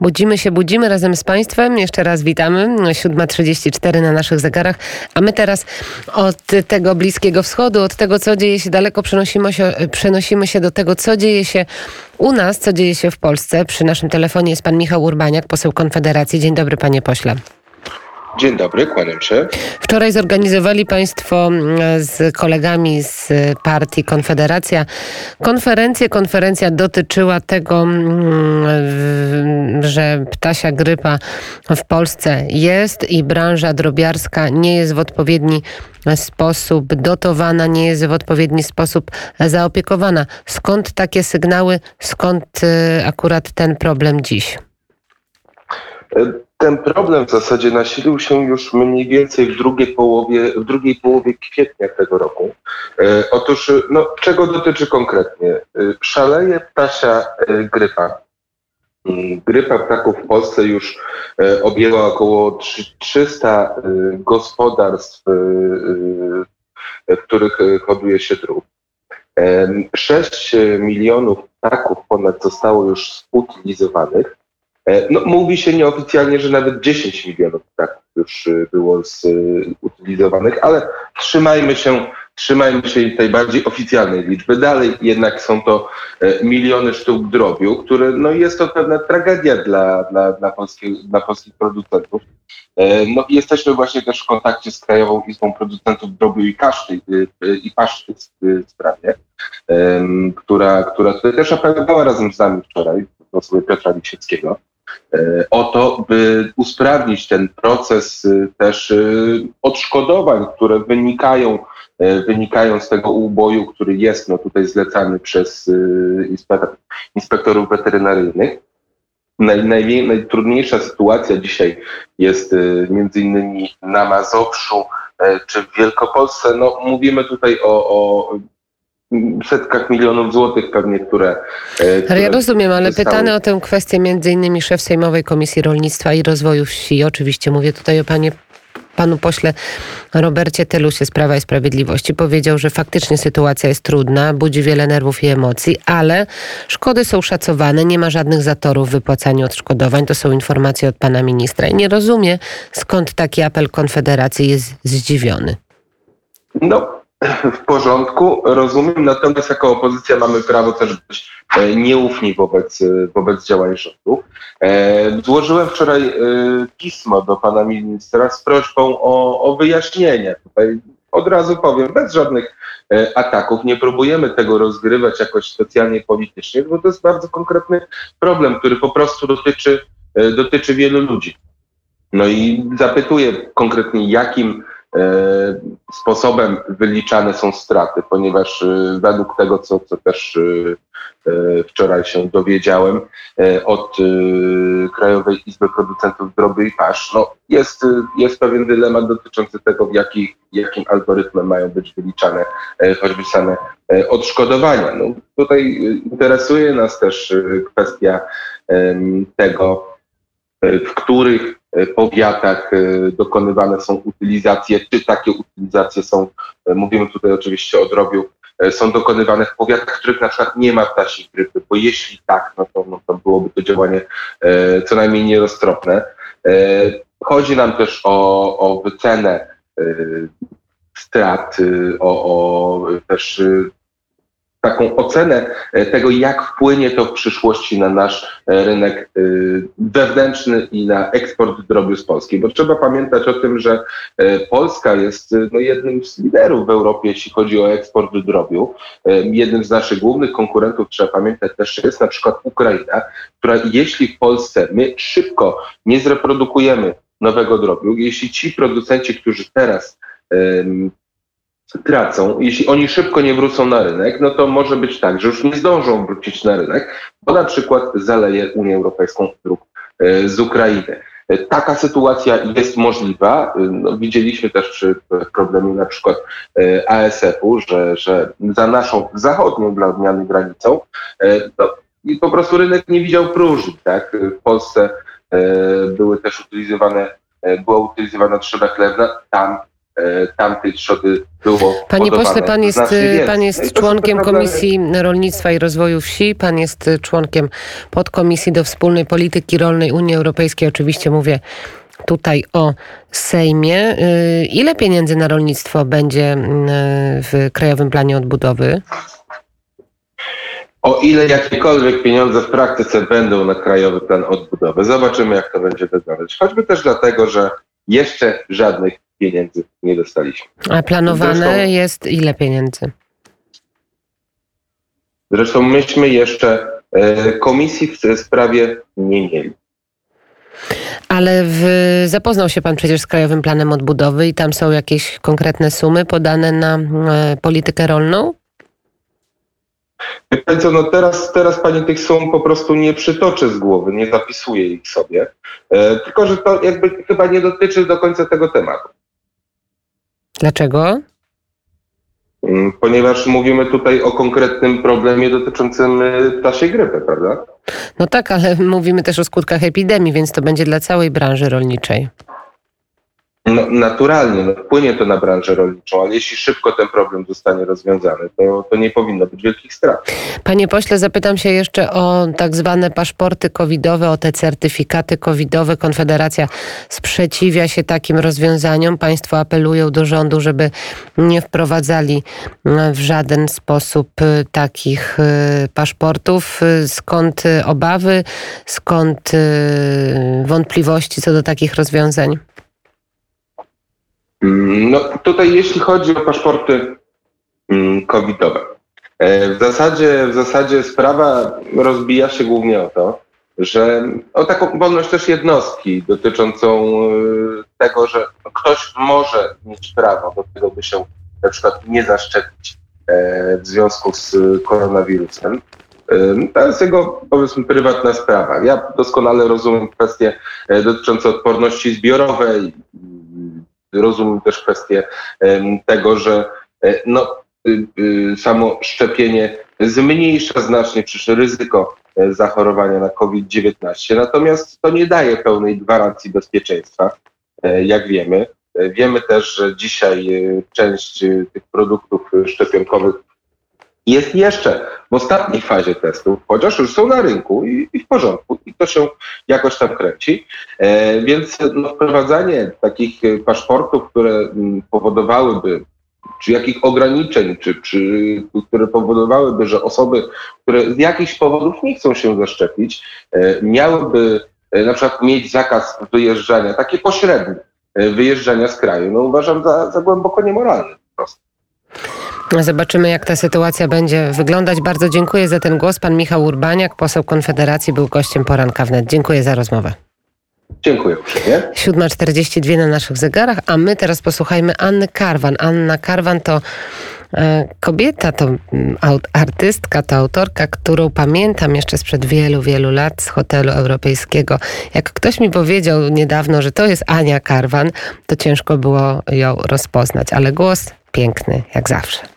Budzimy razem z Państwem. Jeszcze raz witamy. 7:34 na naszych zegarach. A my teraz od tego Bliskiego Wschodu, od tego, co dzieje się daleko, przenosimy się do tego, co dzieje się u nas, co dzieje się w Polsce. Przy naszym telefonie jest pan Michał Urbaniak, poseł Konfederacji. Dzień dobry, panie pośle. Dzień dobry, kłaniam się. Wczoraj zorganizowali Państwo z kolegami z partii Konfederacja konferencję. Konferencja dotyczyła tego, że ptasia grypa w Polsce jest i branża drobiarska nie jest w odpowiedni sposób dotowana, nie jest w odpowiedni sposób zaopiekowana. Skąd takie sygnały, skąd akurat ten problem dziś? Ten problem w zasadzie nasilił się już mniej więcej w drugiej połowie kwietnia tego roku. Otóż, czego dotyczy konkretnie? Szaleje ptasia grypa. Grypa ptaków w Polsce już objęła około 300 gospodarstw, w których hoduje się drób. 6 milionów ptaków ponad zostało już zutylizowanych. Mówi się nieoficjalnie, że nawet 10 milionów ptaków już było zutylizowanych, ale trzymajmy się tej bardziej oficjalnej liczby. Dalej jednak są to miliony sztuk drobiu, które jest to pewna tragedia dla polskich producentów. Jesteśmy właśnie też w kontakcie z Krajową Izbą Producentów Drobiu i Paszty w sprawie, która tutaj też apelowała razem z nami wczoraj, w osobie Piotra Lisieckiego, o to, by usprawnić ten proces też odszkodowań, które wynikają z tego uboju, który jest tutaj zlecany przez inspektorów weterynaryjnych. Najtrudniejsza sytuacja dzisiaj jest między innymi na Mazowszu czy w Wielkopolsce. Mówimy tutaj o setkach milionów złotych pewnie, które ja rozumiem, ale pytany o tę kwestię między innymi szef Sejmowej Komisji Rolnictwa i Rozwoju Wsi. Oczywiście mówię tutaj o panu pośle Robercie Telusie z Prawa i Sprawiedliwości. Powiedział, że faktycznie sytuacja jest trudna, budzi wiele nerwów i emocji, ale szkody są szacowane, nie ma żadnych zatorów w wypłacaniu odszkodowań. To są informacje od pana ministra i nie rozumie, skąd taki apel Konfederacji, jest zdziwiony. W porządku, rozumiem, natomiast jako opozycja mamy prawo też być nieufni wobec działań rządu. Złożyłem wczoraj pismo do pana ministra z prośbą o wyjaśnienie. Tutaj od razu powiem, bez żadnych ataków, nie próbujemy tego rozgrywać jakoś specjalnie politycznie, bo to jest bardzo konkretny problem, który po prostu dotyczy wielu ludzi. I zapytuję konkretnie, jakim sposobem wyliczane są straty, ponieważ według tego, co też wczoraj się dowiedziałem od Krajowej Izby Producentów Drobiu i Pasz, jest pewien dylemat dotyczący tego, jakim algorytmem mają być wyliczane choćby same odszkodowania. Tutaj interesuje nas też kwestia tego, w których powiatach dokonywane są utylizacje, czy takie utylizacje są, mówimy tutaj oczywiście o drobiu, są dokonywane w powiatach, w których na przykład nie ma ptasiej grypy, bo jeśli tak, to byłoby to działanie co najmniej nieroztropne. Chodzi nam też o wycenę strat, o też taką ocenę tego, jak wpłynie to w przyszłości na nasz rynek wewnętrzny i na eksport drobiu z Polski. Bo trzeba pamiętać o tym, że Polska jest jednym z liderów w Europie, jeśli chodzi o eksport drobiu. Jednym z naszych głównych konkurentów, trzeba pamiętać też, jest na przykład Ukraina, która jeśli w Polsce my szybko nie zreprodukujemy nowego drobiu, jeśli ci producenci, którzy teraz tracą, jeśli oni szybko nie wrócą na rynek, to może być tak, że już nie zdążą wrócić na rynek, bo na przykład zaleje Unię Europejską drób z Ukrainy. Taka sytuacja jest możliwa. Widzieliśmy też przy problemie na przykład ASF-u, że za naszą zachodnią dla odmiany granicą i po prostu rynek nie widział próżni. Tak? W Polsce była utylizowana trzoda chlewna, tam tamtej trzody było Panie pośle, pan jest No i to są te członkiem problemy. Komisji Rolnictwa i Rozwoju Wsi, pan jest członkiem podkomisji do wspólnej polityki rolnej Unii Europejskiej. Oczywiście mówię tutaj o Sejmie. Ile pieniędzy na rolnictwo będzie w Krajowym Planie Odbudowy? O ile jakiekolwiek pieniądze w praktyce będą na Krajowy Plan Odbudowy, zobaczymy, jak to będzie wyglądać. Choćby też dlatego, że jeszcze żadnych pieniędzy nie dostaliśmy. A planowane jest ile pieniędzy? Zresztą myśmy jeszcze komisji w sprawie nie mieli. Ale zapoznał się pan przecież z Krajowym Planem Odbudowy i tam są jakieś konkretne sumy podane na politykę rolną? Co, no teraz pani tych sum po prostu nie przytoczy z głowy, nie zapisuje ich sobie. Tylko że to jakby chyba nie dotyczy do końca tego tematu. Dlaczego? Ponieważ mówimy tutaj o konkretnym problemie dotyczącym ptasiej grypy, prawda? No tak, ale mówimy też o skutkach epidemii, więc to będzie dla całej branży rolniczej. No, naturalnie, wpłynie to na branżę rolniczą, ale jeśli szybko ten problem zostanie rozwiązany, to nie powinno być wielkich strat. Panie pośle, zapytam się jeszcze o tak zwane paszporty covidowe, o te certyfikaty covidowe. Konfederacja sprzeciwia się takim rozwiązaniom. Państwo apelują do rządu, żeby nie wprowadzali w żaden sposób takich paszportów. Skąd obawy, skąd wątpliwości co do takich rozwiązań? No tutaj jeśli chodzi o paszporty covidowe, w zasadzie sprawa rozbija się głównie o to, że o taką wolność też jednostki dotyczącą tego, że ktoś może mieć prawo do tego, by się na przykład nie zaszczepić w związku z koronawirusem. To jest jego, powiedzmy, prywatna sprawa. Ja doskonale rozumiem kwestie dotyczące odporności zbiorowej. Rozumiem też kwestię tego, że samo szczepienie zmniejsza znacznie ryzyko zachorowania na COVID-19. Natomiast to nie daje pełnej gwarancji bezpieczeństwa, jak wiemy. Wiemy też, że dzisiaj część tych produktów szczepionkowych jest jeszcze w ostatniej fazie testów, chociaż już są na rynku i w porządku, i to się jakoś tam kręci. Więc wprowadzanie takich paszportów, które powodowałyby, czy jakich ograniczeń, czy które powodowałyby, że osoby, które z jakichś powodów nie chcą się zaszczepić, miałyby na przykład mieć zakaz wyjeżdżania, takie pośrednie wyjeżdżania z kraju, uważam za głęboko niemoralne po prostu. Zobaczymy, jak ta sytuacja będzie wyglądać. Bardzo dziękuję za ten głos. Pan Michał Urbaniak, poseł Konfederacji, był gościem Poranka Wnet. Dziękuję za rozmowę. Dziękuję uprzejmie. 7:42 na naszych zegarach, a my teraz posłuchajmy Anny Karwan. Anna Karwan to kobieta, to artystka, to autorka, którą pamiętam jeszcze sprzed wielu, wielu lat z Hotelu Europejskiego. Jak ktoś mi powiedział niedawno, że to jest Ania Karwan, to ciężko było ją rozpoznać, ale głos piękny jak zawsze.